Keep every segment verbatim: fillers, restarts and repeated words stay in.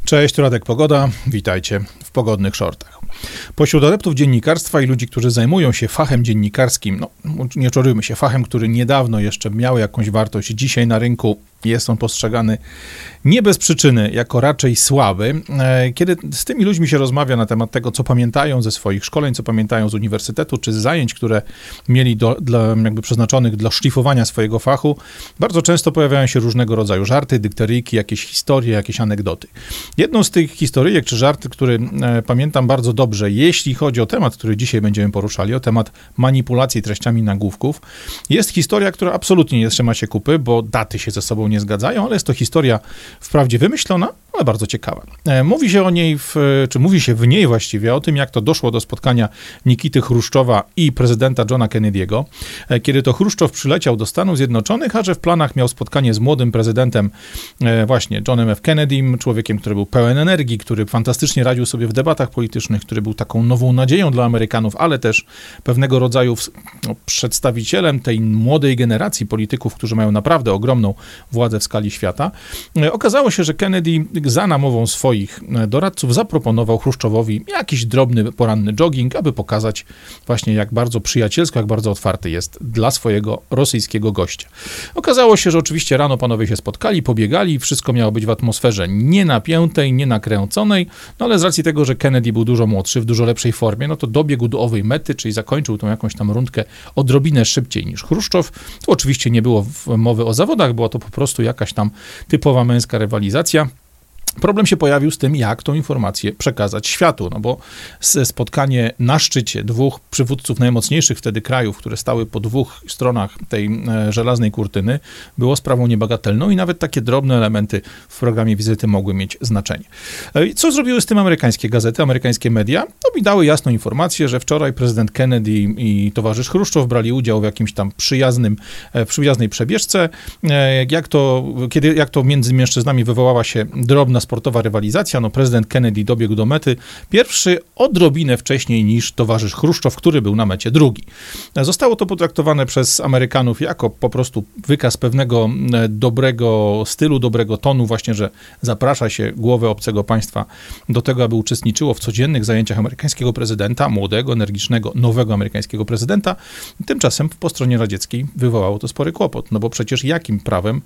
Cześć, tu Radek Pogoda, witajcie w Pogodnych Shortach. Pośród adeptów dziennikarstwa i ludzi, którzy zajmują się fachem dziennikarskim, no nie czarujmy się, fachem, który niedawno jeszcze miał jakąś wartość, dzisiaj na rynku jest on postrzegany nie bez przyczyny jako raczej słaby. Kiedy z tymi ludźmi się rozmawia na temat tego, co pamiętają ze swoich szkoleń, co pamiętają z uniwersytetu, czy z zajęć, które mieli do, dla, jakby przeznaczonych dla szlifowania swojego fachu, bardzo często pojawiają się różnego rodzaju żarty, dykteryjki, jakieś historie, jakieś anegdoty. Jedną z tych historyjek czy żarty, który e, pamiętam bardzo dobrze, jeśli chodzi o temat, który dzisiaj będziemy poruszali, o temat manipulacji treściami nagłówków, jest historia, która absolutnie nie trzyma się kupy, bo daty się ze sobą nie zgadzają, ale jest to historia wprawdzie wymyślona, ale bardzo ciekawa. Mówi się o niej, w, czy mówi się w niej właściwie o tym, jak to doszło do spotkania Nikity Chruszczowa i prezydenta Johna Kennedy'ego, kiedy to Chruszczow przyleciał do Stanów Zjednoczonych, a że w planach miał spotkanie z młodym prezydentem, właśnie Johnem F. Kennedym, człowiekiem, który był pełen energii, który fantastycznie radził sobie w debatach politycznych, który był taką nową nadzieją dla Amerykanów, ale też pewnego rodzaju no, przedstawicielem tej młodej generacji polityków, którzy mają naprawdę ogromną władzę w skali świata. Okazało się, że Kennedy za namową swoich doradców zaproponował Chruszczowowi jakiś drobny poranny jogging, aby pokazać właśnie, jak bardzo przyjacielsko, jak bardzo otwarty jest dla swojego rosyjskiego gościa. Okazało się, że oczywiście rano panowie się spotkali, pobiegali, wszystko miało być w atmosferze nienapiętej, nienakręconej, no ale z racji tego, że Kennedy był dużo młodszy, w dużo lepszej formie, no to dobiegł do owej mety, czyli zakończył tą jakąś tam rundkę odrobinę szybciej niż Chruszczow. Tu oczywiście nie było mowy o zawodach, była to po prostu jakaś tam typowa męska rywalizacja. Problem się pojawił z tym, jak tą informację przekazać światu, no bo spotkanie na szczycie dwóch przywódców najmocniejszych wtedy krajów, które stały po dwóch stronach tej żelaznej kurtyny, było sprawą niebagatelną i nawet takie drobne elementy w programie wizyty mogły mieć znaczenie. Co zrobiły z tym amerykańskie gazety, amerykańskie media? No mi dały jasną informację, że wczoraj prezydent Kennedy i towarzysz Chruszczow brali udział w jakimś tam przyjaznym, w przyjaznej przebieżce. Jak to, kiedy, jak to między mężczyznami wywołała się drobna sportowa rywalizacja, no prezydent Kennedy dobiegł do mety pierwszy odrobinę wcześniej niż towarzysz Chruszczow, który był na mecie drugi. Zostało to potraktowane przez Amerykanów jako po prostu wykaz pewnego dobrego stylu, dobrego tonu, właśnie, że zaprasza się głowę obcego państwa do tego, aby uczestniczyło w codziennych zajęciach amerykańskiego prezydenta, młodego, energicznego, nowego amerykańskiego prezydenta. Tymczasem po stronie radzieckiej wywołało to spory kłopot, no bo przecież jakim prawem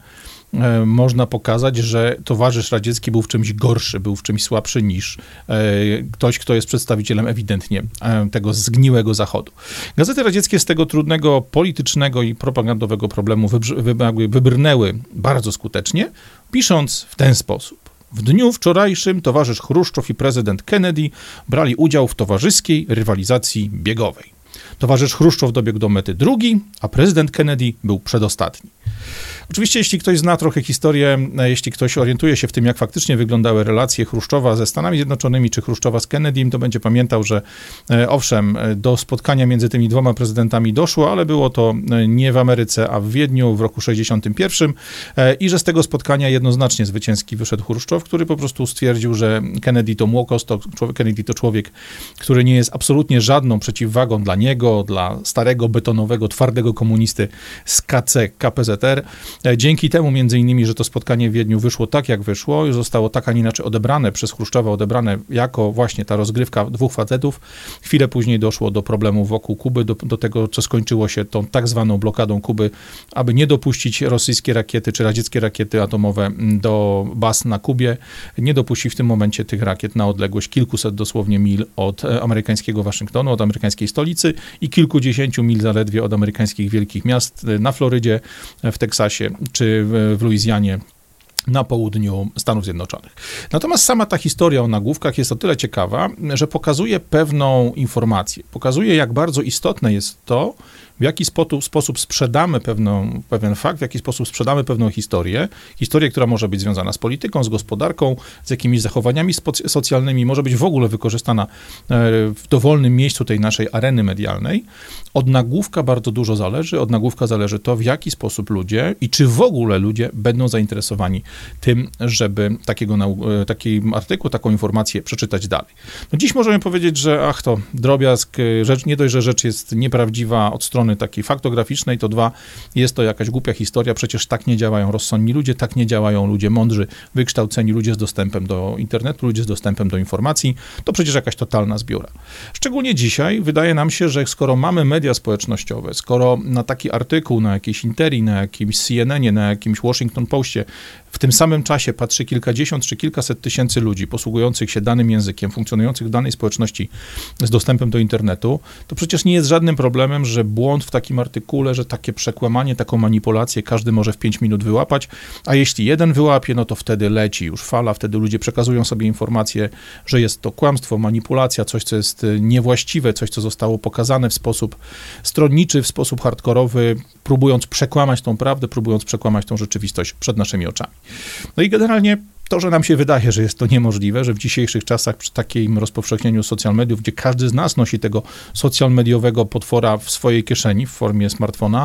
można pokazać, że towarzysz radziecki był w czymś gorszy, był w czymś słabszy niż ktoś, kto jest przedstawicielem ewidentnie tego zgniłego Zachodu. Gazety radzieckie z tego trudnego politycznego i propagandowego problemu wybrnęły bardzo skutecznie, pisząc w ten sposób. W dniu wczorajszym towarzysz Chruszczow i prezydent Kennedy brali udział w towarzyskiej rywalizacji biegowej. Towarzysz Chruszczow dobiegł do mety drugi, a prezydent Kennedy był przedostatni. Oczywiście, jeśli ktoś zna trochę historię, jeśli ktoś orientuje się w tym, jak faktycznie wyglądały relacje Chruszczowa ze Stanami Zjednoczonymi, czy Chruszczowa z Kennedym, to będzie pamiętał, że owszem, do spotkania między tymi dwoma prezydentami doszło, ale było to nie w Ameryce, a w Wiedniu w roku sześćdziesiątym pierwszym i że z tego spotkania jednoznacznie zwycięski wyszedł Chruszczow, który po prostu stwierdził, że Kennedy to młokos, to człowiek, Kennedy to człowiek, który nie jest absolutnie żadną przeciwwagą dla niego, dla starego, betonowego, twardego komunisty z K C, K P Z R. Dzięki temu między innymi, że to spotkanie w Wiedniu wyszło tak, jak wyszło, zostało tak, a nie inaczej odebrane przez Chruszczowa, odebrane jako właśnie ta rozgrywka dwóch facetów. Chwilę później doszło do problemów wokół Kuby, do, do tego, co skończyło się tą tak zwaną blokadą Kuby, aby nie dopuścić rosyjskie rakiety czy radzieckie rakiety atomowe do baz na Kubie, nie dopuścić w tym momencie tych rakiet na odległość kilkuset dosłownie mil od amerykańskiego Waszyngtonu, od amerykańskiej stolicy i kilkudziesięciu mil zaledwie od amerykańskich wielkich miast na Florydzie, w Teksasie czy w Luizjanie na południu Stanów Zjednoczonych. Natomiast sama ta historia o nagłówkach jest o tyle ciekawa, że pokazuje pewną informację. Pokazuje, jak bardzo istotne jest to, w jaki sposób, sposób sprzedamy pewną, pewien fakt, w jaki sposób sprzedamy pewną historię, historię, która może być związana z polityką, z gospodarką, z jakimiś zachowaniami spo- socjalnymi, może być w ogóle wykorzystana w dowolnym miejscu tej naszej areny medialnej. Od nagłówka bardzo dużo zależy, od nagłówka zależy to, w jaki sposób ludzie i czy w ogóle ludzie będą zainteresowani tym, żeby takiego, taki artykuł, taką informację przeczytać dalej. No dziś możemy powiedzieć, że ach to drobiazg, rzecz, nie dość, że rzecz jest nieprawdziwa od strony strony takiej faktograficznej, to dwa, jest to jakaś głupia historia, przecież tak nie działają rozsądni ludzie, tak nie działają ludzie mądrzy, wykształceni, ludzie z dostępem do internetu, ludzie z dostępem do informacji, to przecież jakaś totalna zbióra. Szczególnie dzisiaj wydaje nam się, że skoro mamy media społecznościowe, skoro na taki artykuł, na jakiejś Interi, na jakimś C N N ie, na jakimś Washington Postie w tym samym czasie patrzy kilkadziesiąt czy kilkaset tysięcy ludzi posługujących się danym językiem, funkcjonujących w danej społeczności z dostępem do internetu, to przecież nie jest żadnym problemem, że błąd w takim artykule, że takie przekłamanie, taką manipulację każdy może w pięć minut wyłapać, a jeśli jeden wyłapie, no to wtedy leci już fala, wtedy ludzie przekazują sobie informację, że jest to kłamstwo, manipulacja, coś, co jest niewłaściwe, coś, co zostało pokazane w sposób stronniczy, w sposób hardkorowy, próbując przekłamać tą prawdę, próbując przekłamać tą rzeczywistość przed naszymi oczami. No i generalnie to, że nam się wydaje, że jest to niemożliwe, że w dzisiejszych czasach przy takim rozpowszechnieniu social mediów, gdzie każdy z nas nosi tego social mediowego potwora w swojej kieszeni w formie smartfona,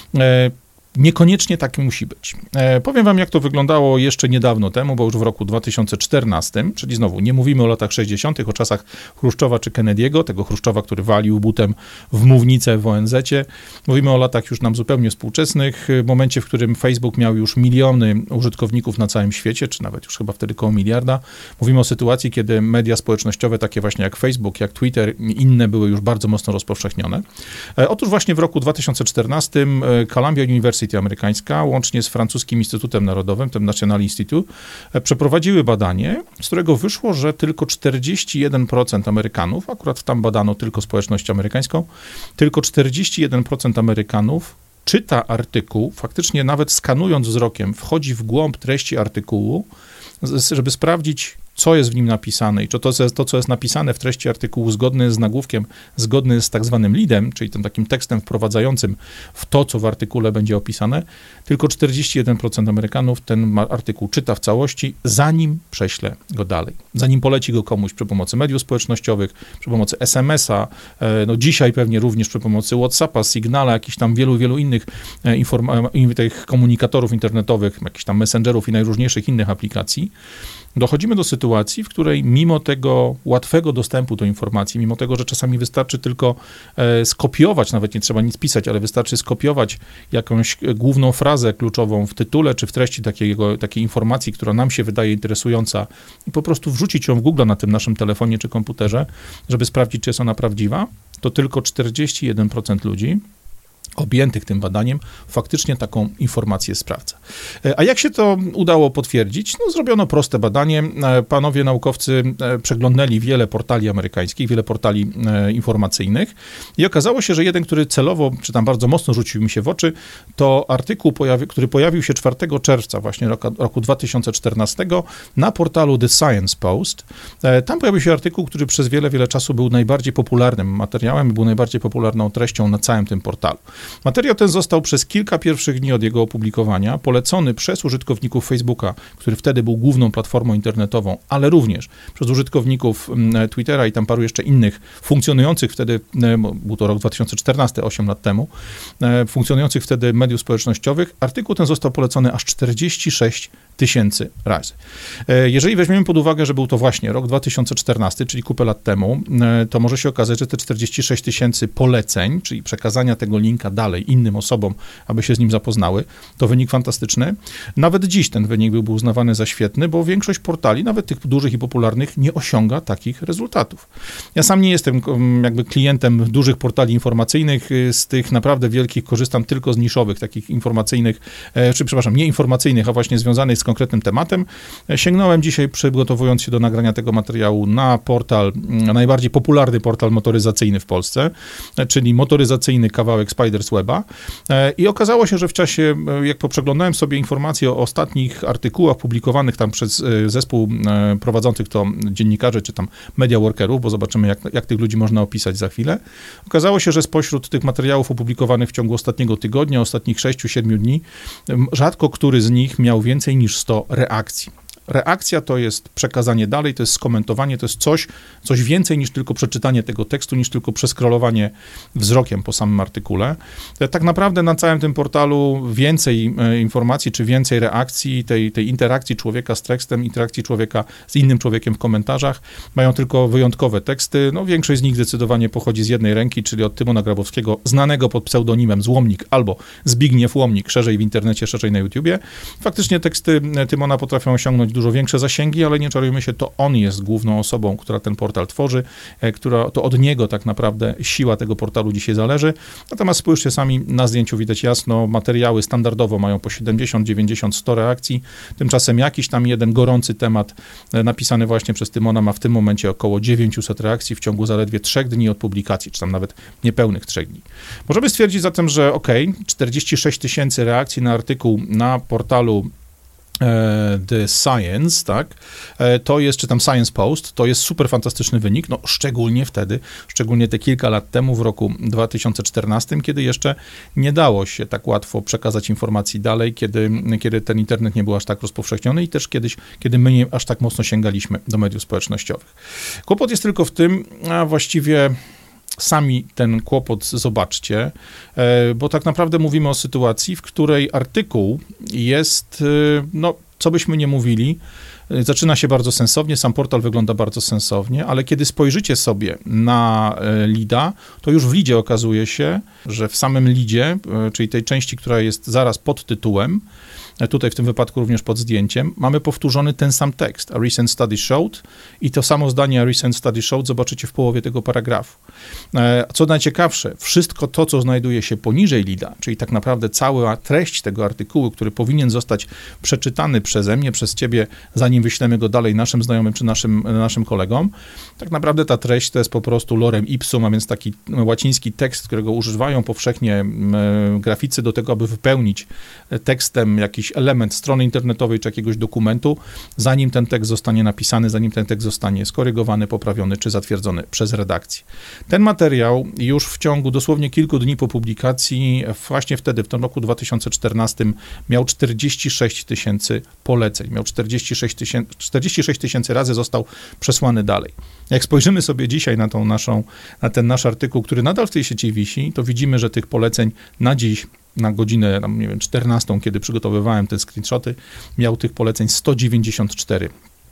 e, niekoniecznie tak musi być. E, powiem wam, jak to wyglądało jeszcze niedawno temu, bo już w roku dwa tysiące czternastym, czyli znowu nie mówimy o latach sześćdziesiątych, o czasach Chruszczowa czy Kennedy'ego, tego Chruszczowa, który walił butem w mównicę w O N zecie. Mówimy o latach już nam zupełnie współczesnych, w momencie, w którym Facebook miał już miliony użytkowników na całym świecie, czy nawet już chyba wtedy koło miliarda. Mówimy o sytuacji, kiedy media społecznościowe, takie właśnie jak Facebook, jak Twitter i inne były już bardzo mocno rozpowszechnione. E, otóż właśnie w roku dwa tysiące czternastym Columbia University amerykańska, łącznie z francuskim Instytutem Narodowym, tym National Institute, przeprowadziły badanie, z którego wyszło, że tylko czterdzieści jeden procent Amerykanów, akurat tam badano tylko społeczność amerykańską, tylko czterdzieści jeden procent Amerykanów czyta artykuł, faktycznie nawet skanując wzrokiem, wchodzi w głąb treści artykułu, żeby sprawdzić, co jest w nim napisane i czy to, to, co jest napisane w treści artykułu zgodne jest z nagłówkiem, zgodny z tak zwanym leadem, czyli tym takim tekstem wprowadzającym w to, co w artykule będzie opisane, tylko czterdzieści jeden procent Amerykanów ten artykuł czyta w całości, zanim prześle go dalej, zanim poleci go komuś przy pomocy mediów społecznościowych, przy pomocy es em es a, no dzisiaj pewnie również przy pomocy WhatsAppa, Signala, jakichś tam wielu, wielu innych inform- tych komunikatorów internetowych, jakichś tam messengerów i najróżniejszych innych aplikacji. Dochodzimy do sytuacji, w której mimo tego łatwego dostępu do informacji, mimo tego, że czasami wystarczy tylko e, skopiować, nawet nie trzeba nic pisać, ale wystarczy skopiować jakąś główną frazę kluczową w tytule czy w treści takiego, takiej informacji, która nam się wydaje interesująca i po prostu wrzucić ją w Google na tym naszym telefonie czy komputerze, żeby sprawdzić, czy jest ona prawdziwa, to tylko czterdzieści jeden procent ludzi objętych tym badaniem faktycznie taką informację sprawdza. A jak się to udało potwierdzić? No, zrobiono proste badanie. Panowie naukowcy przeglądnęli wiele portali amerykańskich, wiele portali informacyjnych i okazało się, że jeden, który celowo, czy tam bardzo mocno rzucił mi się w oczy, to artykuł, pojawi, który pojawił się czwartego czerwca właśnie roku, roku dwa tysiące czternastego na portalu The Science Post. Tam pojawił się artykuł, który przez wiele, wiele czasu był najbardziej popularnym materiałem i był najbardziej popularną treścią na całym tym portalu. Materiał ten został przez kilka pierwszych dni od jego opublikowania polecony przez użytkowników Facebooka, który wtedy był główną platformą internetową, ale również przez użytkowników Twittera i tam paru jeszcze innych funkcjonujących wtedy, był to rok dwa tysiące czternasty, osiem lat temu, funkcjonujących wtedy mediów społecznościowych. Artykuł ten został polecony aż czterdzieści sześć tysięcy razy. Jeżeli weźmiemy pod uwagę, że był to właśnie rok dwa tysiące czternasty, czyli kupę lat temu, to może się okazać, że te czterdzieści sześć tysięcy poleceń, czyli przekazania tego linka dalej innym osobom, aby się z nim zapoznały, to wynik fantastyczny. Nawet dziś ten wynik byłby uznawany za świetny, bo większość portali, nawet tych dużych i popularnych, nie osiąga takich rezultatów. Ja sam nie jestem jakby klientem dużych portali informacyjnych, z tych naprawdę wielkich korzystam tylko z niszowych, takich informacyjnych, czy przepraszam, nie informacyjnych, a właśnie związanych z konkretnym tematem. Sięgnąłem dzisiaj, przygotowując się do nagrania tego materiału, na portal, najbardziej popularny portal motoryzacyjny w Polsce, czyli motoryzacyjny kawałek Spiders Weba i okazało się, że w czasie, jak poprzeglądałem sobie informacje o ostatnich artykułach publikowanych tam przez zespół prowadzących to dziennikarzy, czy tam media workerów, bo zobaczymy, jak, jak tych ludzi można opisać za chwilę, okazało się, że spośród tych materiałów opublikowanych w ciągu ostatniego tygodnia, ostatnich sześciu, siedmiu dni, rzadko który z nich miał więcej niż sto reakcji. Reakcja to jest przekazanie dalej, to jest skomentowanie, to jest coś, coś więcej niż tylko przeczytanie tego tekstu, niż tylko przeskrolowanie wzrokiem po samym artykule. Tak naprawdę na całym tym portalu więcej informacji, czy więcej reakcji, tej, tej interakcji człowieka z tekstem, interakcji człowieka z innym człowiekiem w komentarzach, mają tylko wyjątkowe teksty. No, większość z nich zdecydowanie pochodzi z jednej ręki, czyli od Tymona Grabowskiego, znanego pod pseudonimem Złomnik albo Zbigniew Łomnik, szerzej w internecie, szerzej na YouTubie. Faktycznie teksty Tymona potrafią osiągnąć dużo większe zasięgi, ale nie czarujmy się, to on jest główną osobą, która ten portal tworzy, która, to od niego tak naprawdę siła tego portalu dzisiaj zależy. Natomiast spójrzcie sami, na zdjęciu widać jasno, materiały standardowo mają po siedemdziesiąt, dziewięćdziesiąt, sto reakcji, tymczasem jakiś tam jeden gorący temat napisany właśnie przez Tymona ma w tym momencie około dziewięćset reakcji w ciągu zaledwie trzech dni od publikacji, czy tam nawet niepełnych trzech dni. Możemy stwierdzić zatem, że ok, czterdzieści sześć tysięcy reakcji na artykuł na portalu The Science, tak, to jest, czy tam Science Post, to jest super fantastyczny wynik, no szczególnie wtedy, szczególnie te kilka lat temu, w roku dwa tysiące czternastym, kiedy jeszcze nie dało się tak łatwo przekazać informacji dalej, kiedy, kiedy ten internet nie był aż tak rozpowszechniony i też kiedyś, kiedy my nie aż tak mocno sięgaliśmy do mediów społecznościowych. Kłopot jest tylko w tym, a właściwie sami ten kłopot zobaczcie, bo tak naprawdę mówimy o sytuacji, w której artykuł jest, no, co byśmy nie mówili, zaczyna się bardzo sensownie, sam portal wygląda bardzo sensownie, ale kiedy spojrzycie sobie na leada, to już w leadzie okazuje się, że w samym leadzie, czyli tej części, która jest zaraz pod tytułem, tutaj w tym wypadku również pod zdjęciem, mamy powtórzony ten sam tekst, a recent study showed, i to samo zdanie a recent study showed zobaczycie w połowie tego paragrafu. Co najciekawsze, wszystko to, co znajduje się poniżej leada, czyli tak naprawdę cała treść tego artykułu, który powinien zostać przeczytany przeze mnie, przez ciebie, zanim wyślemy go dalej naszym znajomym czy naszym, naszym kolegom, tak naprawdę ta treść to jest po prostu lorem ipsum, a więc taki łaciński tekst, którego używają powszechnie graficy do tego, aby wypełnić tekstem jakiś element strony internetowej czy jakiegoś dokumentu, zanim ten tekst zostanie napisany, zanim ten tekst zostanie skorygowany, poprawiony czy zatwierdzony przez redakcję. Ten materiał już w ciągu dosłownie kilku dni po publikacji, właśnie wtedy, w tym roku dwa tysiące czternastym, miał czterdzieści sześć tysięcy poleceń, miał czterdzieści sześć tysięcy, czterdzieści sześć tysięcy razy został przesłany dalej. Jak spojrzymy sobie dzisiaj na tą naszą, na ten nasz artykuł, który nadal w tej sieci wisi, to widzimy, że tych poleceń na dziś, na godzinę, tam, nie wiem, czternastą, kiedy przygotowywałem te screenshoty, miał tych poleceń sto dziewięćdziesiąt cztery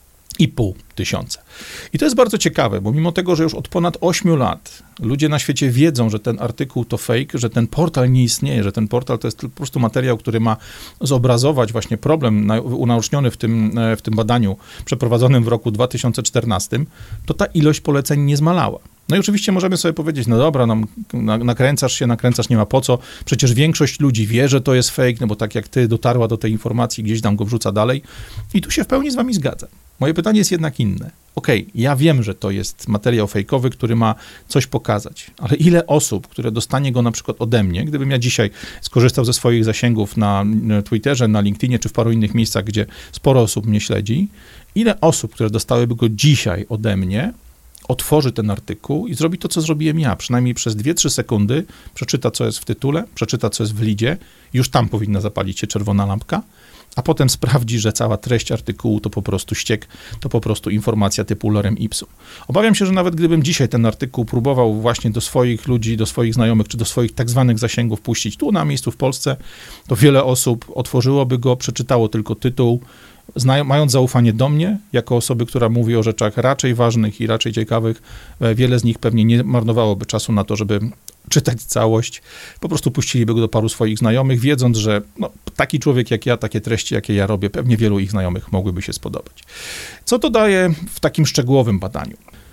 i pół tysiąca. I to jest bardzo ciekawe, bo mimo tego, że już od ponad ośmiu lat ludzie na świecie wiedzą, że ten artykuł to fake, że ten portal nie istnieje, że ten portal to jest po prostu materiał, który ma zobrazować właśnie problem na, unaoczniony w tym, w tym badaniu przeprowadzonym w roku dwa tysiące czternastym, to ta ilość poleceń nie zmalała. No i oczywiście możemy sobie powiedzieć, no dobra, no, nakręcasz się, nakręcasz, nie ma po co, przecież większość ludzi wie, że to jest fake, no bo tak jak ty dotarła do tej informacji, gdzieś tam go wrzuca dalej i tu się w pełni z wami zgadzam. Moje pytanie jest jednak inne. Okej, okay, ja wiem, że to jest materiał fejkowy, który ma coś pokazać, ale ile osób, które dostanie go na przykład ode mnie, gdybym ja dzisiaj skorzystał ze swoich zasięgów na Twitterze, na LinkedInie czy w paru innych miejscach, gdzie sporo osób mnie śledzi, ile osób, które dostałyby go dzisiaj ode mnie, otworzy ten artykuł i zrobi to, co zrobiłem ja, przynajmniej przez dwie trzy sekundy, przeczyta, co jest w tytule, przeczyta, co jest w lidzie, już tam powinna zapalić się czerwona lampka, a potem sprawdzi, że cała treść artykułu to po prostu ściek, to po prostu informacja typu lorem ipsum. Obawiam się, że nawet gdybym dzisiaj ten artykuł próbował właśnie do swoich ludzi, do swoich znajomych, czy do swoich tak zwanych zasięgów puścić tu na miejscu w Polsce, to wiele osób otworzyłoby go, przeczytało tylko tytuł, Znają, mając zaufanie do mnie, jako osoby, która mówi o rzeczach raczej ważnych i raczej ciekawych, wiele z nich pewnie nie marnowałoby czasu na to, żeby czytać całość, po prostu puściliby go do paru swoich znajomych, wiedząc, że no, taki człowiek jak ja, takie treści, jakie ja robię, pewnie wielu ich znajomych mogłyby się spodobać. Co to daje w takim szczegółowym badaniu?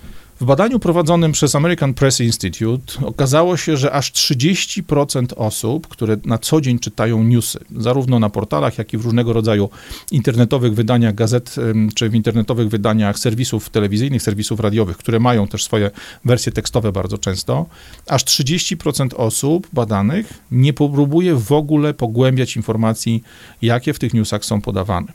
W badaniu prowadzonym przez American Press Institute okazało się, że aż trzydzieści procent osób, które na co dzień czytają newsy, zarówno na portalach, jak i w różnego rodzaju internetowych wydaniach gazet, czy w internetowych wydaniach serwisów telewizyjnych, serwisów radiowych, które mają też swoje wersje tekstowe bardzo często, aż trzydzieści procent osób badanych nie próbuje w ogóle pogłębiać informacji, jakie w tych newsach są podawane.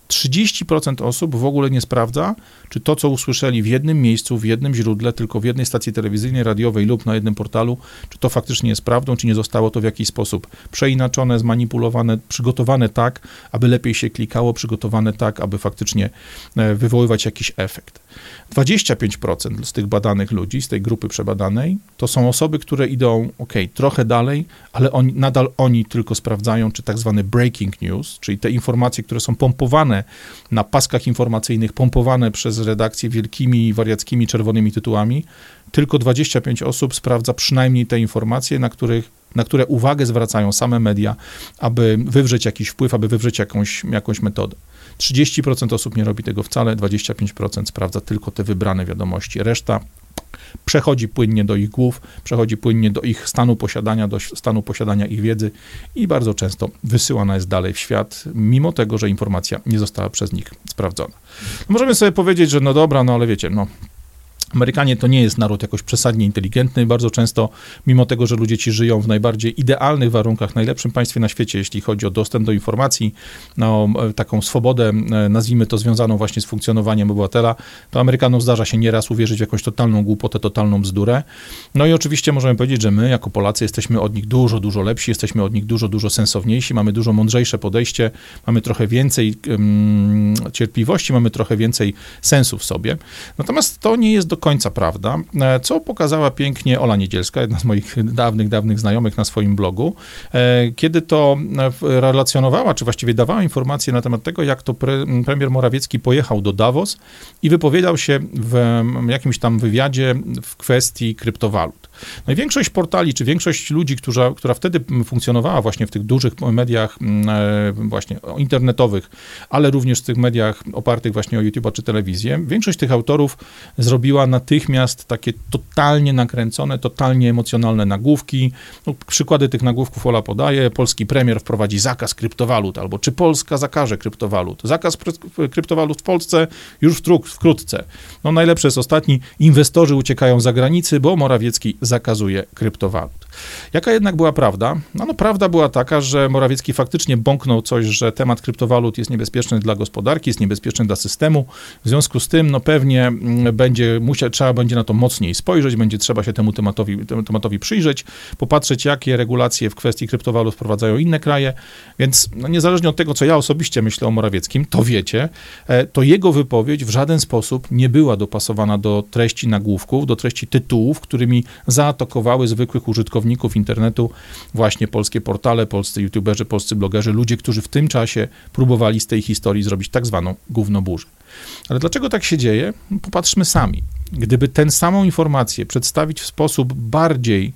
trzydzieści procent osób w ogóle nie sprawdza, czy to, co usłyszeli w jednym miejscu, w jednym źródle, tylko w jednej stacji telewizyjnej, radiowej lub na jednym portalu, czy to faktycznie jest prawdą, czy nie zostało to w jakiś sposób przeinaczone, zmanipulowane, przygotowane tak, aby lepiej się klikało, przygotowane tak, aby faktycznie wywoływać jakiś efekt. dwadzieścia pięć procent z tych badanych ludzi, z tej grupy przebadanej, to są osoby, które idą, ok, trochę dalej, ale oni, nadal oni tylko sprawdzają, czy tak zwany breaking news, czyli te informacje, które są pompowane na paskach informacyjnych, pompowane przez redakcje wielkimi, wariackimi, czerwonymi tytułami, tylko dwadzieścia pięć osób sprawdza przynajmniej te informacje, na których, na które uwagę zwracają same media, aby wywrzeć jakiś wpływ, aby wywrzeć jakąś, jakąś metodę. trzydzieści procent osób nie robi tego wcale, dwadzieścia pięć procent sprawdza tylko te wybrane wiadomości. Reszta przechodzi płynnie do ich głów, przechodzi płynnie do ich stanu posiadania, do stanu posiadania ich wiedzy i bardzo często wysyłana jest dalej w świat, mimo tego, że informacja nie została przez nich sprawdzona. Możemy sobie powiedzieć, że no dobra, no ale wiecie, no Amerykanie to nie jest naród jakoś przesadnie inteligentny. Bardzo często, mimo tego, że ludzie ci żyją w najbardziej idealnych warunkach, najlepszym państwie na świecie, jeśli chodzi o dostęp do informacji, no, taką swobodę, nazwijmy to związaną właśnie z funkcjonowaniem obywatela, to Amerykanom zdarza się nieraz uwierzyć w jakąś totalną głupotę, totalną bzdurę. No i oczywiście możemy powiedzieć, że my, jako Polacy, jesteśmy od nich dużo, dużo lepsi, jesteśmy od nich dużo, dużo sensowniejsi, mamy dużo mądrzejsze podejście, mamy trochę więcej um, cierpliwości, mamy trochę więcej sensu w sobie. Natomiast to nie jest do końca prawda, co pokazała pięknie Ola Niedzielska, jedna z moich dawnych, dawnych znajomych na swoim blogu, kiedy to relacjonowała, czy właściwie dawała informacje na temat tego, jak to pre, premier Morawiecki pojechał do Davos i wypowiadał się w jakimś tam wywiadzie w kwestii kryptowalut. No i większość portali, czy większość ludzi, która, która wtedy funkcjonowała właśnie w tych dużych mediach właśnie internetowych, ale również w tych mediach opartych właśnie o YouTube'a czy telewizję, większość tych autorów zrobiła natychmiast takie totalnie nakręcone, totalnie emocjonalne nagłówki. No, przykłady tych nagłówków Ola podaje. Polski premier wprowadzi zakaz kryptowalut, albo czy Polska zakaże kryptowalut. Zakaz kryptowalut w Polsce już wkrótce. No najlepszy jest ostatni. Inwestorzy uciekają za granicy, bo Morawiecki zakazuje kryptowalut. Jaka jednak była prawda? No, no prawda była taka, że Morawiecki faktycznie bąknął coś, że temat kryptowalut jest niebezpieczny dla gospodarki, jest niebezpieczny dla systemu. W związku z tym, no pewnie będzie musiał, trzeba będzie na to mocniej spojrzeć, będzie trzeba się temu tematowi, temu tematowi przyjrzeć, popatrzeć, jakie regulacje w kwestii kryptowalut wprowadzają inne kraje, więc no, niezależnie od tego, co ja osobiście myślę o Morawieckim, to wiecie, to jego wypowiedź w żaden sposób nie była dopasowana do treści nagłówków, do treści tytułów, którymi zaatakowały zwykłych użytkowników internetu właśnie polskie portale, polscy youtuberzy, polscy blogerzy, ludzie, którzy w tym czasie próbowali z tej historii zrobić tak zwaną gównoburzę. Ale dlaczego tak się dzieje? Popatrzmy sami. Gdyby tę samą informację przedstawić w sposób bardziej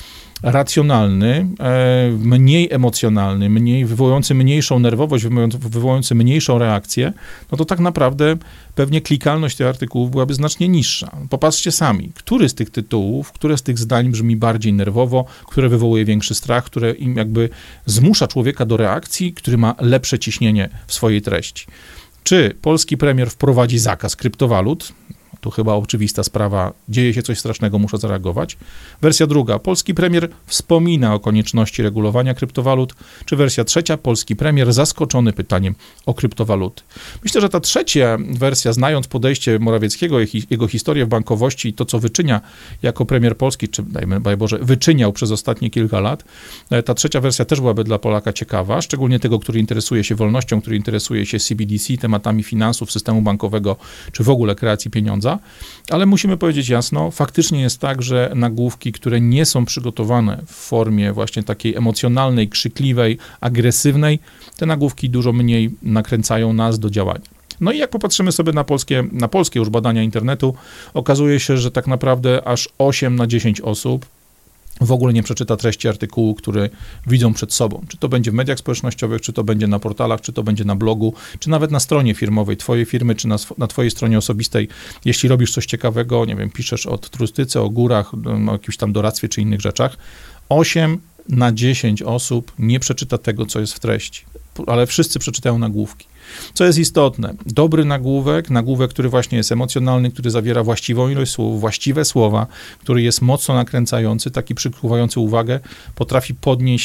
racjonalny, mniej emocjonalny, mniej, wywołujący mniejszą nerwowość, wywołujący mniejszą reakcję, no to tak naprawdę pewnie klikalność tych artykułów byłaby znacznie niższa. Popatrzcie sami, który z tych tytułów, które z tych zdań brzmi bardziej nerwowo, które wywołuje większy strach, które im jakby zmusza człowieka do reakcji, który ma lepsze ciśnienie w swojej treści. Czy polski premier wprowadzi zakaz kryptowalut? Tu chyba oczywista sprawa, dzieje się coś strasznego, muszę zareagować. Wersja druga, polski premier wspomina o konieczności regulowania kryptowalut, czy wersja trzecia, polski premier zaskoczony pytaniem o kryptowaluty. Myślę, że ta trzecia wersja, znając podejście Morawieckiego, jego historię w bankowości i to, co wyczynia jako premier Polski, czy dajmy, daj Boże, wyczyniał przez ostatnie kilka lat, ta trzecia wersja też byłaby dla Polaka ciekawa, szczególnie tego, który interesuje się wolnością, który interesuje się C B D C, tematami finansów, systemu bankowego, czy w ogóle kreacji pieniądza. Ale musimy powiedzieć jasno, faktycznie jest tak, że nagłówki, które nie są przygotowane w formie właśnie takiej emocjonalnej, krzykliwej, agresywnej, te nagłówki dużo mniej nakręcają nas do działania. No i jak popatrzymy sobie na polskie, na polskie już badania internetu, okazuje się, że tak naprawdę aż osiem na dziesięć osób w ogóle nie przeczyta treści artykułu, który widzą przed sobą. Czy to będzie w mediach społecznościowych, czy to będzie na portalach, czy to będzie na blogu, czy nawet na stronie firmowej twojej firmy, czy na, na twojej stronie osobistej. Jeśli robisz coś ciekawego, nie wiem, piszesz o turystyce, o górach, o jakimś tam doradztwie, czy innych rzeczach, osiem na dziesięć osób nie przeczyta tego, co jest w treści, ale wszyscy przeczytają nagłówki. Co jest istotne, dobry nagłówek, nagłówek, który właśnie jest emocjonalny, który zawiera właściwą ilość słów, właściwe słowa, który jest mocno nakręcający, taki przykuwający uwagę, potrafi podnieść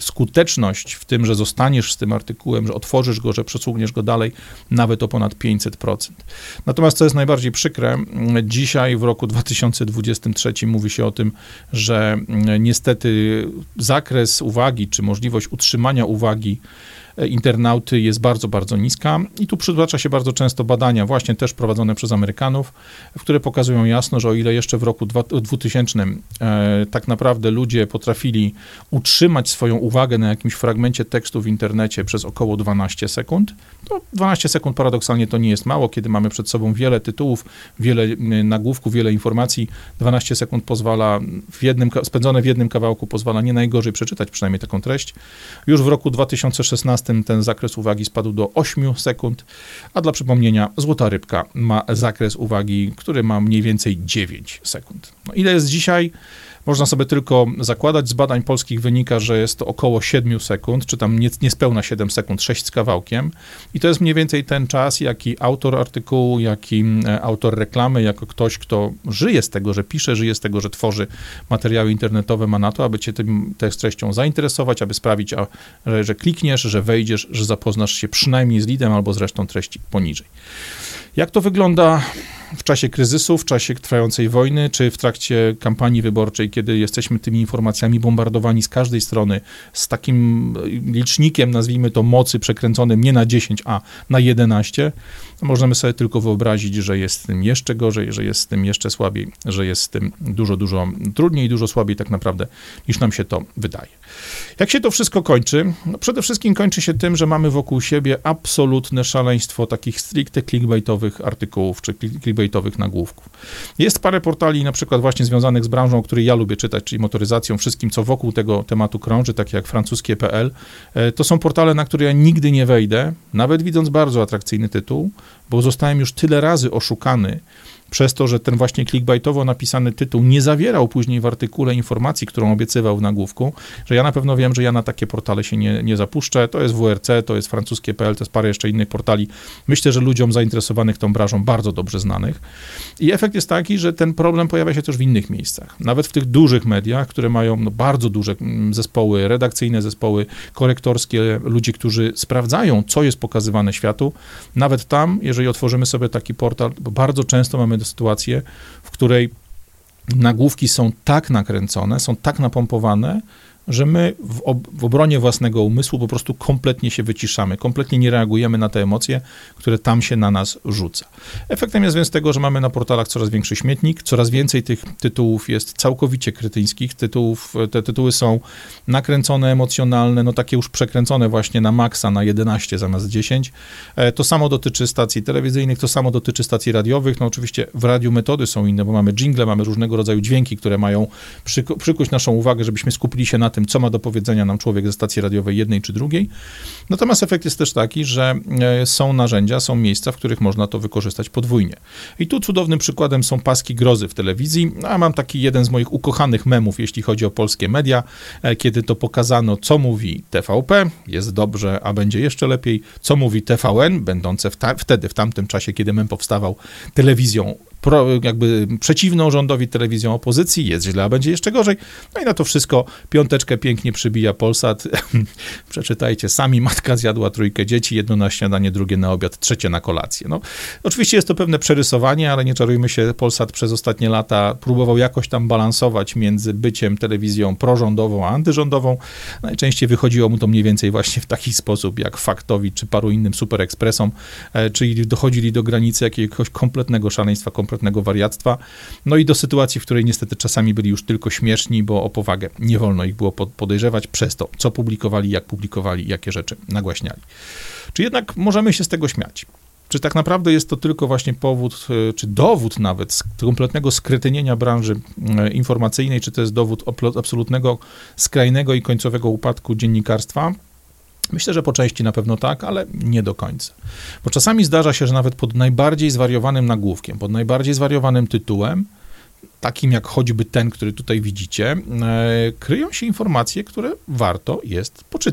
skuteczność w tym, że zostaniesz z tym artykułem, że otworzysz go, że przesuniesz go dalej, nawet o ponad pięćset procent. Natomiast co jest najbardziej przykre, dzisiaj w roku dwa tysiące dwudziestym trzecim mówi się o tym, że niestety zakres uwagi, czy możliwość utrzymania uwagi internauty jest bardzo, bardzo niska i tu przytacza się bardzo często badania, właśnie też prowadzone przez Amerykanów, które pokazują jasno, że o ile jeszcze w roku dwutysięcznym e, tak naprawdę ludzie potrafili utrzymać swoją uwagę na jakimś fragmencie tekstu w internecie przez około dwanaście sekund, to dwanaście sekund paradoksalnie to nie jest mało, kiedy mamy przed sobą wiele tytułów, wiele nagłówków, wiele informacji, dwanaście sekund pozwala, w jednym, spędzone w jednym kawałku pozwala nie najgorzej przeczytać przynajmniej taką treść. Już w roku dwa tysiące szesnastym ten zakres uwagi spadł do ośmiu sekund, a dla przypomnienia Złota Rybka ma zakres uwagi, który ma mniej więcej dziewięć sekund. No, ile jest dzisiaj? Można sobie tylko zakładać. Z badań polskich wynika, że jest to około siedmiu sekund, czy tam nie, niespełna siedem sekund, sześć z kawałkiem. I to jest mniej więcej ten czas, jaki autor artykułu, jaki autor reklamy, jako ktoś, kto żyje z tego, że pisze, żyje z tego, że tworzy materiały internetowe, ma na to, aby cię tym, tą treścią zainteresować, aby sprawić, a, że, że klikniesz, że wejdziesz, że zapoznasz się przynajmniej z leadem albo z resztą treści poniżej. Jak to wygląda w czasie kryzysu, w czasie trwającej wojny, czy w trakcie kampanii wyborczej, kiedy jesteśmy tymi informacjami bombardowani z każdej strony, z takim licznikiem, nazwijmy to, mocy przekręconym nie na dziesięć, a na jedenaście, to możemy sobie tylko wyobrazić, że jest z tym jeszcze gorzej, że jest z tym jeszcze słabiej, że jest z tym dużo, dużo trudniej, dużo słabiej tak naprawdę, niż nam się to wydaje. Jak się to wszystko kończy? No przede wszystkim kończy się tym, że mamy wokół siebie absolutne szaleństwo takich stricte clickbaitowych artykułów, czy clickbaitowych nagłówków. Jest parę portali, na przykład właśnie związanych z branżą, o której ja lubię czytać, czyli motoryzacją, wszystkim, co wokół tego tematu krąży, takie jak francuskie kropka p l. To są portale, na które ja nigdy nie wejdę, nawet widząc bardzo atrakcyjny tytuł, bo zostałem już tyle razy oszukany przez to, że ten właśnie clickbaitowo napisany tytuł nie zawierał później w artykule informacji, którą obiecywał w nagłówku, że ja na pewno wiem, że ja na takie portale się nie, nie zapuszczę. To jest W R C, to jest francuskie kropka p l, to jest parę jeszcze innych portali. Myślę, że ludziom zainteresowanych tą branżą bardzo dobrze znanych. I efekt jest taki, że ten problem pojawia się też w innych miejscach. Nawet w tych dużych mediach, które mają no, bardzo duże zespoły redakcyjne, zespoły korektorskie, ludzi, którzy sprawdzają, co jest pokazywane światu. Nawet tam, jeżeli otworzymy sobie taki portal, bo bardzo często mamy sytuację, w której nagłówki są tak nakręcone, są tak napompowane, że my w, ob- w obronie własnego umysłu po prostu kompletnie się wyciszamy, kompletnie nie reagujemy na te emocje, które tam się na nas rzuca. Efektem jest więc tego, że mamy na portalach coraz większy śmietnik, coraz więcej tych tytułów jest całkowicie kretyńskich, tytułów, te tytuły są nakręcone, emocjonalne, no takie już przekręcone właśnie na maksa, na jedenaście zamiast dziesięć. To samo dotyczy stacji telewizyjnych, to samo dotyczy stacji radiowych, no oczywiście w radiu metody są inne, bo mamy dżingle, mamy różnego rodzaju dźwięki, które mają przyku- przykuć naszą uwagę, żebyśmy skupili się na tym, co ma do powiedzenia nam człowiek ze stacji radiowej jednej czy drugiej. Natomiast efekt jest też taki, że są narzędzia, są miejsca, w których można to wykorzystać podwójnie. I tu cudownym przykładem są paski grozy w telewizji, a mam taki jeden z moich ukochanych memów, jeśli chodzi o polskie media, kiedy to pokazano, co mówi T V P, jest dobrze, a będzie jeszcze lepiej, co mówi T V N, będące w ta- wtedy, w tamtym czasie, kiedy mem powstawał, telewizją pro, jakby przeciwną rządowi, telewizją opozycji, jest źle, a będzie jeszcze gorzej. No i na to wszystko piąteczkę pięknie przybija Polsat. Przeczytajcie sami, matka zjadła trójkę dzieci, jedno na śniadanie, drugie na obiad, trzecie na kolację. No, oczywiście jest to pewne przerysowanie, ale nie czarujmy się, Polsat przez ostatnie lata próbował jakoś tam balansować między byciem telewizją prorządową a antyrządową. Najczęściej wychodziło mu to mniej więcej właśnie w taki sposób, jak Faktowi czy paru innym superekspresom, czyli dochodzili do granicy jakiegoś kompletnego szaleństwa, kompletnego wariactwa, no i do sytuacji, w której niestety czasami byli już tylko śmieszni, bo o powagę nie wolno ich było podejrzewać przez to, co publikowali, jak publikowali, jakie rzeczy nagłaśniali. Czy jednak możemy się z tego śmiać? Czy tak naprawdę jest to tylko właśnie powód, czy dowód nawet kompletnego skretynienia branży informacyjnej, czy to jest dowód absolutnego, skrajnego i końcowego upadku dziennikarstwa? Myślę, że po części na pewno tak, ale nie do końca. Bo czasami zdarza się, że nawet pod najbardziej zwariowanym nagłówkiem, pod najbardziej zwariowanym tytułem, takim jak choćby ten, który tutaj widzicie, kryją się informacje, które warto jest poczytać.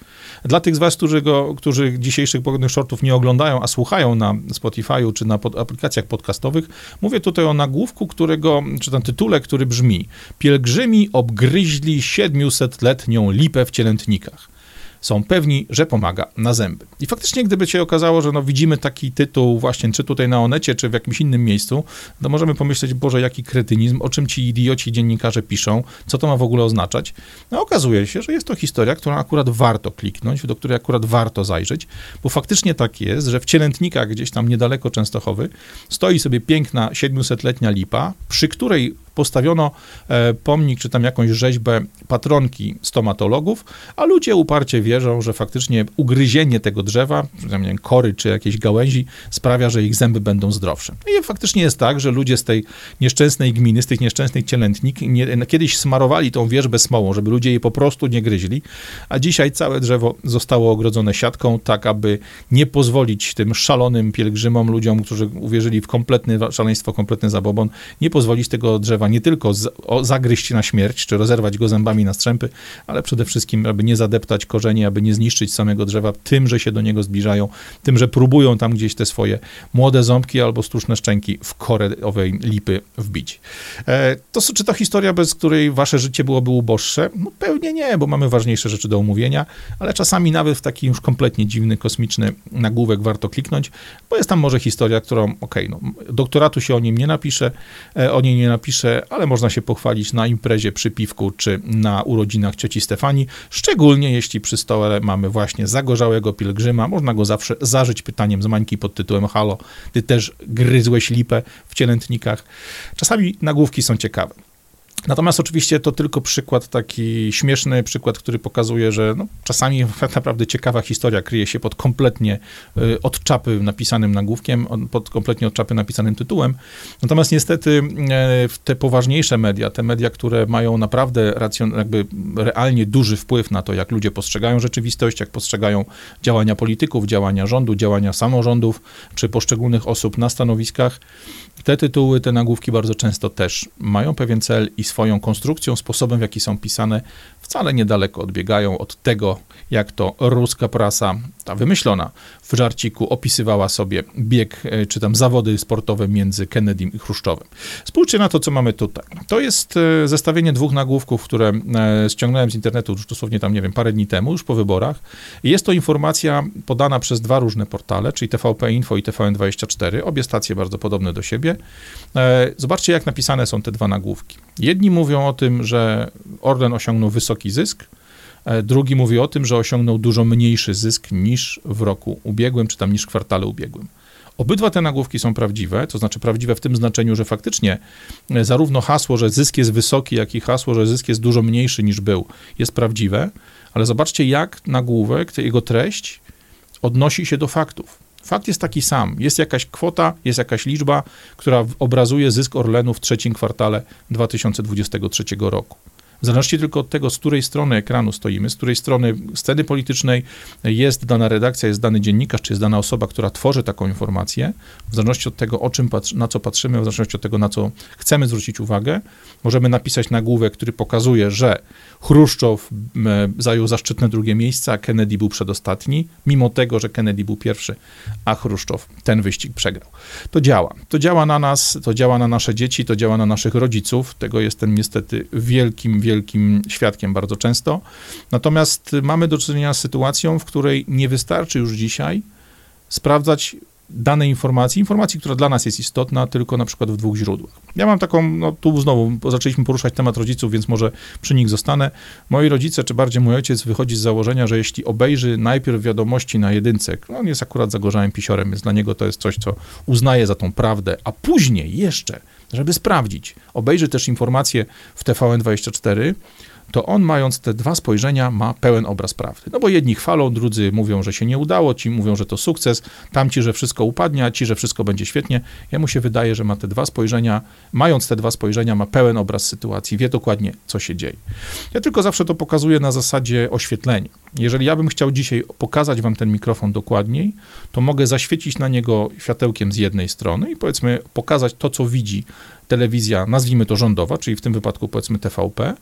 Dla tych z was, którzy, go, którzy dzisiejszych Pogodnych Shortów nie oglądają, a słuchają na Spotify'u czy na pod, aplikacjach podcastowych, mówię tutaj o nagłówku, którego, czy tam tytule, który brzmi: Pielgrzymi obgryźli siedmiusetletnią lipę w Cielętnikach. Są pewni, że pomaga na zęby. I faktycznie, gdyby się okazało, że no widzimy taki tytuł właśnie, czy tutaj na Onecie, czy w jakimś innym miejscu, to możemy pomyśleć, Boże, jaki kretynizm, o czym ci idioci dziennikarze piszą, co to ma w ogóle oznaczać. No okazuje się, że jest to historia, którą akurat warto kliknąć, do której akurat warto zajrzeć, bo faktycznie tak jest, że w Cielętnikach, gdzieś tam niedaleko Częstochowy, stoi sobie piękna siedmiusetletnia lipa, przy której postawiono e, pomnik, czy tam jakąś rzeźbę patronki stomatologów, a ludzie uparcie wierzą, że faktycznie ugryzienie tego drzewa, nie wiem, kory czy jakiejś gałęzi sprawia, że ich zęby będą zdrowsze. I faktycznie jest tak, że ludzie z tej nieszczęsnej gminy, z tych nieszczęsnych Cielętnik nie, kiedyś smarowali tą wierzbę smołą, żeby ludzie jej po prostu nie gryźli, a dzisiaj całe drzewo zostało ogrodzone siatką, tak aby nie pozwolić tym szalonym pielgrzymom, ludziom, którzy uwierzyli w kompletne szaleństwo, kompletny zabobon, nie pozwolić tego drzewa nie tylko z, o, zagryźć na śmierć, czy rozerwać go zębami na strzępy, ale przede wszystkim, aby nie zadeptać korzeni, aby nie zniszczyć samego drzewa tym, że się do niego zbliżają, tym, że próbują tam gdzieś te swoje młode ząbki albo sztuczne szczęki w korę owej lipy wbić. E, to, czy to historia, bez której wasze życie byłoby uboższe? No pewnie nie, bo mamy ważniejsze rzeczy do omówienia, ale czasami nawet w taki już kompletnie dziwny, kosmiczny nagłówek warto kliknąć, bo jest tam może historia, którą, okej, okay, no, doktoratu się o nim nie napisze, e, o niej nie napisze, ale można się pochwalić na imprezie przy piwku, czy na urodzinach cioci Stefanii, szczególnie jeśli przy stole mamy właśnie zagorzałego pielgrzyma, można go zawsze zażyć pytaniem z Mańki pod tytułem: halo, ty też gryzłeś lipę w Cielętnikach? Czasami nagłówki są ciekawe. Natomiast oczywiście to tylko przykład, taki śmieszny przykład, który pokazuje, że no, czasami tak naprawdę ciekawa historia kryje się pod kompletnie y, od czapy napisanym nagłówkiem, pod kompletnie od czapy napisanym tytułem. Natomiast niestety y, te poważniejsze media, te media, które mają naprawdę racjon, jakby realnie duży wpływ na to, jak ludzie postrzegają rzeczywistość, jak postrzegają działania polityków, działania rządu, działania samorządów, czy poszczególnych osób na stanowiskach, te tytuły, te nagłówki bardzo często też mają pewien cel i swoją konstrukcją, sposobem, w jaki są pisane, wcale niedaleko odbiegają od tego, jak to ruska prasa, ta wymyślona w żarciku, opisywała sobie bieg, czy tam zawody sportowe między Kennedym i Chruszczowem. Spójrzcie na to, co mamy tutaj. To jest zestawienie dwóch nagłówków, które ściągnąłem z internetu już dosłownie tam, nie wiem, parę dni temu, już po wyborach. Jest to informacja podana przez dwa różne portale, czyli T V P Info i T V N dwadzieścia cztery, obie stacje bardzo podobne do siebie. Zobaczcie, jak napisane są te dwa nagłówki. Jedni mówią o tym, że Orlen osiągnął wysoki zysk, drugi mówi o tym, że osiągnął dużo mniejszy zysk niż w roku ubiegłym, czy tam niż w kwartale ubiegłym. Obydwa te nagłówki są prawdziwe, to znaczy prawdziwe w tym znaczeniu, że faktycznie zarówno hasło, że zysk jest wysoki, jak i hasło, że zysk jest dużo mniejszy niż był, jest prawdziwe, ale zobaczcie, jak nagłówek, jego treść odnosi się do faktów. Fakt jest taki sam. Jest jakaś kwota, jest jakaś liczba, która obrazuje zysk Orlenu w trzecim kwartale dwa tysiące dwudziestego trzeciego roku. W zależności tylko od tego, z której strony ekranu stoimy, z której strony sceny politycznej jest dana redakcja, jest dany dziennikarz, czy jest dana osoba, która tworzy taką informację, w zależności od tego, o czym patrzy, na co patrzymy, w zależności od tego, na co chcemy zwrócić uwagę, możemy napisać nagłówek, który pokazuje, że Chruszczow zajął zaszczytne drugie miejsce, a Kennedy był przedostatni, mimo tego, że Kennedy był pierwszy, a Chruszczow ten wyścig przegrał. To działa. To działa na nas, to działa na nasze dzieci, to działa na naszych rodziców. Tego jestem niestety wielkim, wielkim świadkiem bardzo często. Natomiast mamy do czynienia z sytuacją, w której nie wystarczy już dzisiaj sprawdzać danej informacji, informacji, która dla nas jest istotna, tylko na przykład w dwóch źródłach. Ja mam taką, no tu znowu zaczęliśmy poruszać temat rodziców, więc może przy nich zostanę. Moi rodzice, czy bardziej mój ojciec wychodzi z założenia, że jeśli obejrzy najpierw wiadomości na jedynce, on jest akurat zagorzałym pisiorem, więc dla niego to jest coś, co uznaje za tą prawdę, a później jeszcze, żeby sprawdzić, obejrzy też informacje w T V N dwadzieścia cztery, to on, mając te dwa spojrzenia, ma pełen obraz prawdy. No bo jedni chwalą, drudzy mówią, że się nie udało, ci mówią, że to sukces, tamci, że wszystko upadnie, a ci, że wszystko będzie świetnie. Jemu się wydaje, że ma te dwa spojrzenia, mając te dwa spojrzenia, ma pełen obraz sytuacji, wie dokładnie, co się dzieje. Ja tylko zawsze to pokazuję na zasadzie oświetlenia. Jeżeli ja bym chciał dzisiaj pokazać wam ten mikrofon dokładniej, to mogę zaświecić na niego światełkiem z jednej strony i powiedzmy pokazać to, co widzi telewizja, nazwijmy to rządowa, czyli w tym wypadku powiedzmy T V P,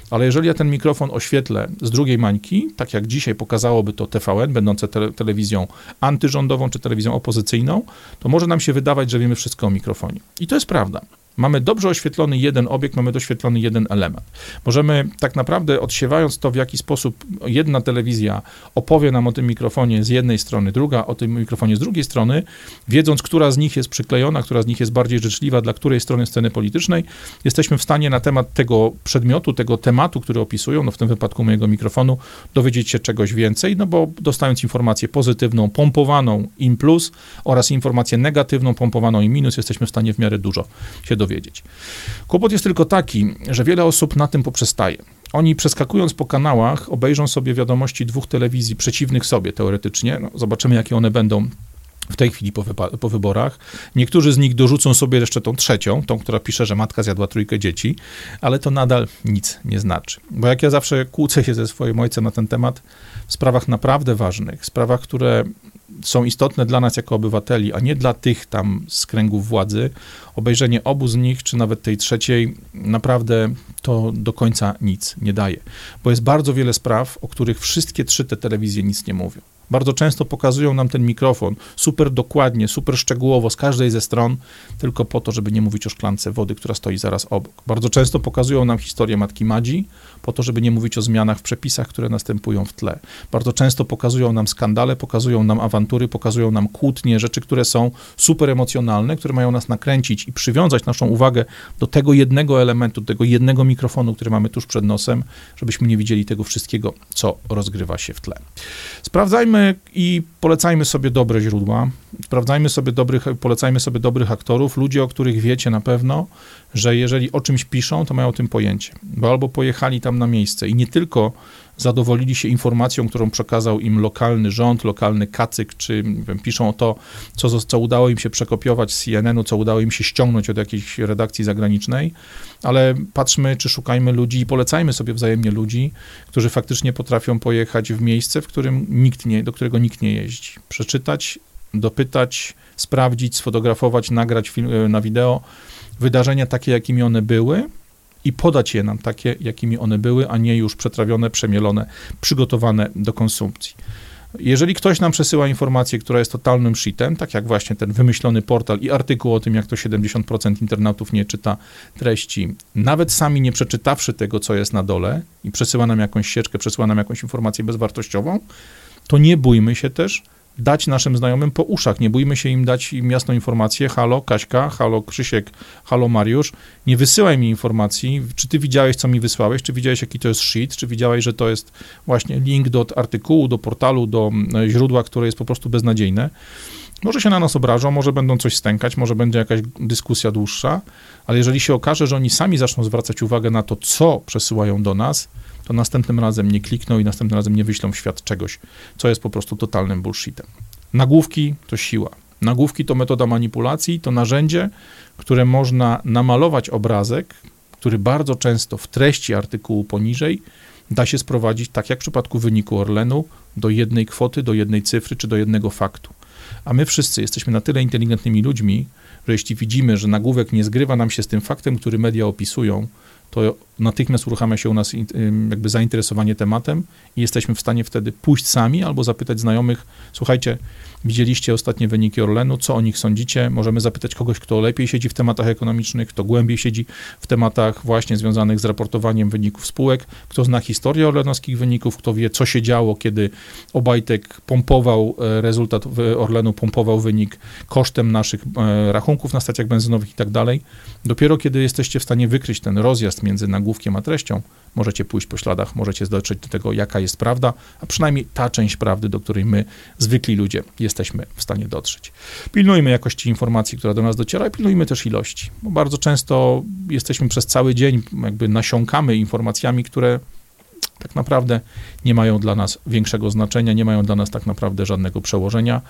Ale jeżeli ja ten mikrofon oświetlę z drugiej mańki, tak jak dzisiaj pokazałoby to T V N, będące te- telewizją antyrządową czy telewizją opozycyjną, to może nam się wydawać, że wiemy wszystko o mikrofonie. I to jest prawda. Mamy dobrze oświetlony jeden obiekt, mamy doświetlony jeden element. Możemy tak naprawdę, odsiewając to, w jaki sposób jedna telewizja opowie nam o tym mikrofonie z jednej strony, druga o tym mikrofonie z drugiej strony, wiedząc, która z nich jest przyklejona, która z nich jest bardziej życzliwa dla której strony sceny politycznej, jesteśmy w stanie na temat tego przedmiotu, tego tematu, który opisują, no w tym wypadku mojego mikrofonu, dowiedzieć się czegoś więcej, no bo dostając informację pozytywną, pompowaną im plus oraz informację negatywną, pompowaną im minus, jesteśmy w stanie w miarę dużo się dowiedzieć. Kłopot jest tylko taki, że wiele osób na tym poprzestaje. Oni przeskakując po kanałach obejrzą sobie wiadomości dwóch telewizji przeciwnych sobie teoretycznie. No, zobaczymy, jakie one będą w tej chwili po, wypa- po wyborach. Niektórzy z nich dorzucą sobie jeszcze tą trzecią, tą, która pisze, że matka zjadła trójkę dzieci, ale to nadal nic nie znaczy. Bo jak ja zawsze kłócę się ze swoim ojcem na ten temat, w sprawach naprawdę ważnych, w sprawach, które są istotne dla nas jako obywateli, a nie dla tych tam z kręgów władzy, obejrzenie obu z nich, czy nawet tej trzeciej, naprawdę to do końca nic nie daje. Bo jest bardzo wiele spraw, o których wszystkie trzy te telewizje nic nie mówią. Bardzo często pokazują nam ten mikrofon super dokładnie, super szczegółowo z każdej ze stron, tylko po to, żeby nie mówić o szklance wody, która stoi zaraz obok. Bardzo często pokazują nam historię matki Madzi, po to, żeby nie mówić o zmianach w przepisach, które następują w tle. Bardzo często pokazują nam skandale, pokazują nam awantury, pokazują nam kłótnie, rzeczy, które są super emocjonalne, które mają nas nakręcić i przywiązać naszą uwagę do tego jednego elementu, tego jednego mikrofonu, który mamy tuż przed nosem, żebyśmy nie widzieli tego wszystkiego, co rozgrywa się w tle. Sprawdzajmy i polecajmy sobie dobre źródła, sprawdzajmy sobie dobrych, polecajmy sobie dobrych aktorów, ludzi, o których wiecie na pewno, że jeżeli o czymś piszą, to mają o tym pojęcie, bo albo pojechali tam na miejsce i nie tylko zadowolili się informacją, którą przekazał im lokalny rząd, lokalny kacyk, czy nie wiem, piszą o to, co, co udało im się przekopiować z C N N u, co udało im się ściągnąć od jakiejś redakcji zagranicznej, ale patrzmy, czy szukajmy ludzi i polecajmy sobie wzajemnie ludzi, którzy faktycznie potrafią pojechać w miejsce, w którym nikt nie, do którego nikt nie jeździ. Przeczytać, dopytać, sprawdzić, sfotografować, nagrać film, na wideo wydarzenia takie, jakimi one były, i podać je nam takie, jakimi one były, a nie już przetrawione, przemielone, przygotowane do konsumpcji. Jeżeli ktoś nam przesyła informację, która jest totalnym shitem, tak jak właśnie ten wymyślony portal i artykuł o tym, jak to siedemdziesiąt procent internautów nie czyta treści, nawet sami nie przeczytawszy tego, co jest na dole i przesyła nam jakąś sieczkę, przesyła nam jakąś informację bezwartościową, to nie bójmy się też dać naszym znajomym po uszach. Nie bójmy się im dać im jasną informację. Halo Kaśka, halo Krzysiek, halo Mariusz. Nie wysyłaj mi informacji, czy ty widziałeś, co mi wysłałeś, czy widziałeś, jaki to jest shit, czy widziałeś, że to jest właśnie link do artykułu, do portalu, do źródła, które jest po prostu beznadziejne. Może się na nas obrażą, może będą coś stękać, może będzie jakaś dyskusja dłuższa, ale jeżeli się okaże, że oni sami zaczną zwracać uwagę na to, co przesyłają do nas, to następnym razem nie klikną i następnym razem nie wyślą w świat czegoś, co jest po prostu totalnym bullshitem. Nagłówki to siła. Nagłówki to metoda manipulacji, to narzędzie, które można namalować obrazek, który bardzo często w treści artykułu poniżej da się sprowadzić, tak jak w przypadku wyniku Orlenu, do jednej kwoty, do jednej cyfry czy do jednego faktu. A my wszyscy jesteśmy na tyle inteligentnymi ludźmi, że jeśli widzimy, że nagłówek nie zgrywa nam się z tym faktem, który media opisują, to natychmiast uruchamia się u nas jakby zainteresowanie tematem i jesteśmy w stanie wtedy pójść sami albo zapytać znajomych, słuchajcie, widzieliście ostatnie wyniki Orlenu, co o nich sądzicie? Możemy zapytać kogoś, kto lepiej siedzi w tematach ekonomicznych, kto głębiej siedzi w tematach właśnie związanych z raportowaniem wyników spółek, kto zna historię orlenowskich wyników, kto wie, co się działo, kiedy Obajtek pompował rezultat Orlenu, pompował wynik kosztem naszych rachunków na stacjach benzynowych i tak dalej. Dopiero kiedy jesteście w stanie wykryć ten rozjazd między nagłówkiem a treścią, możecie pójść po śladach, możecie dotrzeć do tego, jaka jest prawda, a przynajmniej ta część prawdy, do której my, zwykli ludzie, jesteśmy w stanie dotrzeć. Pilnujmy jakości informacji, która do nas dociera i pilnujmy też ilości, bo bardzo często jesteśmy przez cały dzień, jakby nasiąkamy informacjami, które tak naprawdę nie mają dla nas większego znaczenia, nie mają dla nas tak naprawdę żadnego przełożenia.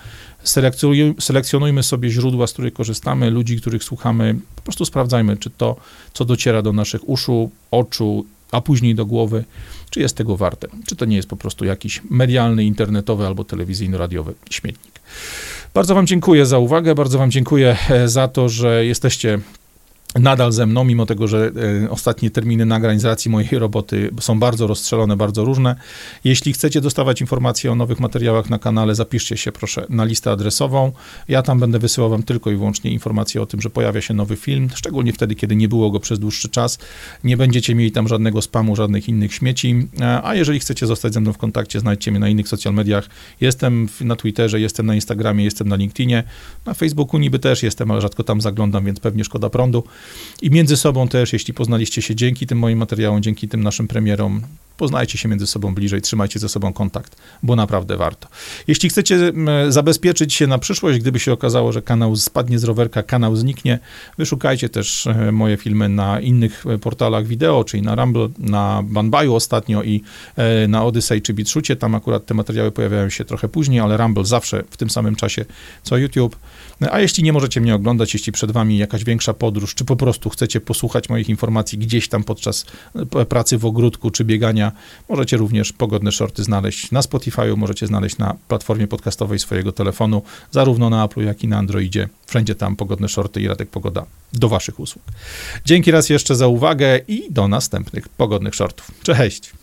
Selekcjonujmy sobie źródła, z których korzystamy, ludzi, których słuchamy, po prostu sprawdzajmy, czy to, co dociera do naszych uszu, oczu, a później do głowy, czy jest tego warte, czy to nie jest po prostu jakiś medialny, internetowy albo telewizyjno-radiowy śmietnik. Bardzo wam dziękuję za uwagę, bardzo wam dziękuję za to, że jesteście nadal ze mną, mimo tego, że e, ostatnie terminy nagrań z racji mojej roboty są bardzo rozstrzelone, bardzo różne. Jeśli chcecie dostawać informacje o nowych materiałach na kanale, zapiszcie się proszę na listę adresową. Ja tam będę wysyłał wam tylko i wyłącznie informacje o tym, że pojawia się nowy film, szczególnie wtedy, kiedy nie było go przez dłuższy czas. Nie będziecie mieli tam żadnego spamu, żadnych innych śmieci, a jeżeli chcecie zostać ze mną w kontakcie, znajdźcie mnie na innych social mediach. Jestem na Twitterze, jestem na Instagramie, jestem na LinkedInie, na Facebooku niby też jestem, ale rzadko tam zaglądam, więc pewnie szkoda prądu. I między sobą też, jeśli poznaliście się dzięki tym moim materiałom, dzięki tym naszym premierom, poznajcie się między sobą bliżej, trzymajcie ze sobą kontakt, bo naprawdę warto. Jeśli chcecie zabezpieczyć się na przyszłość, gdyby się okazało, że kanał spadnie z rowerka, kanał zniknie, wyszukajcie też moje filmy na innych portalach wideo, czyli na Rumble, na Banbaju ostatnio i na Odyssey czy BitChucie. Tam akurat te materiały pojawiają się trochę później, ale Rumble zawsze w tym samym czasie co YouTube. A jeśli nie możecie mnie oglądać, jeśli przed wami jakaś większa podróż, czy po prostu chcecie posłuchać moich informacji gdzieś tam podczas pracy w ogródku czy biegania, możecie również Pogodne Shorty znaleźć na Spotify'u, możecie znaleźć na platformie podcastowej swojego telefonu, zarówno na Apple'u, jak i na Androidzie. Wszędzie tam Pogodne Shorty i Radek Pogoda do waszych usług. Dzięki raz jeszcze za uwagę i do następnych Pogodnych Shortów. Cześć!